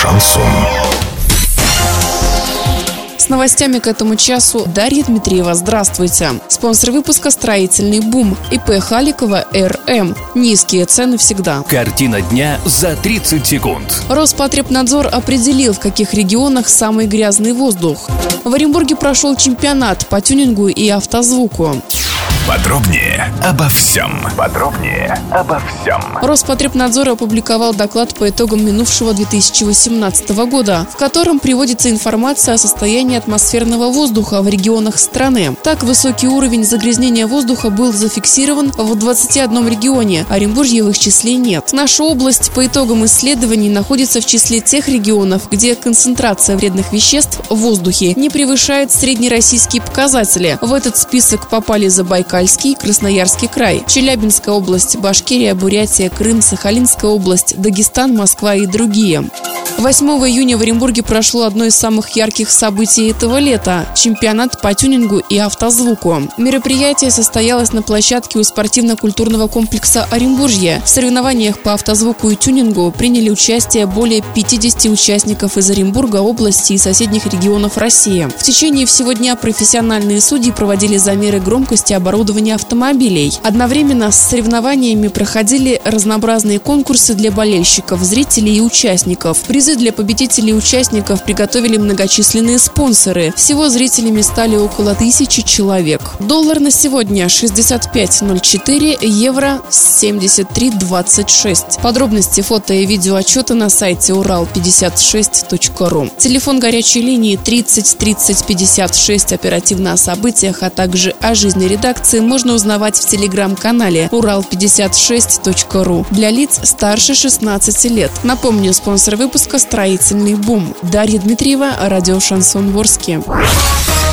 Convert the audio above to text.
Шансон. С новостями к этому часу Дарья Дмитриева. Здравствуйте. Спонсор выпуска «Строительный бум». ИП Халикова РМ. Низкие цены всегда. Картина дня за 30 секунд. Роспотребнадзор определил, в каких регионах самый грязный воздух. В Оренбурге прошел чемпионат по тюнингу и автозвуку. Подробнее обо всем. Роспотребнадзор опубликовал доклад по итогам минувшего 2018 года, в котором приводится информация о состоянии атмосферного воздуха в регионах страны. Так, высокий уровень загрязнения воздуха был зафиксирован в 21 регионе, Оренбуржье в их числе нет. Наша область по итогам исследований находится в числе тех регионов, где концентрация вредных веществ в воздухе не превышает среднероссийские показатели. В этот список попали Забайкальский, Красноярский край, Челябинская область, Башкирия, Бурятия, Крым, Сахалинская область, Дагестан, Москва и другие. 8 июня в Оренбурге прошло одно из самых ярких событий этого лета – чемпионат по тюнингу и автозвуку. Мероприятие состоялось на площадке у спортивно-культурного комплекса «Оренбуржье». В соревнованиях по автозвуку и тюнингу приняли участие более 50 участников из Оренбурга, области и соседних регионов России. В течение всего дня профессиональные судьи проводили замеры громкости оборудования автомобилей. Одновременно с соревнованиями проходили разнообразные конкурсы для болельщиков, зрителей и участников. Призы для победителей и участников приготовили многочисленные спонсоры. Всего зрителями стали около 1000 человек. Доллар на сегодня 65.04, евро 73.26. Подробности, фото и видео отчета на сайте урал56.ру. Телефон горячей линии 30 30 56. Оперативно о событиях, а также о жизни редакции можно узнавать в телеграм-канале урал56.ру для лиц старше 16 лет. Напомню, спонсор выпуска «Строительный бум». Дарья Дмитриева, радио «Шансон Ворске».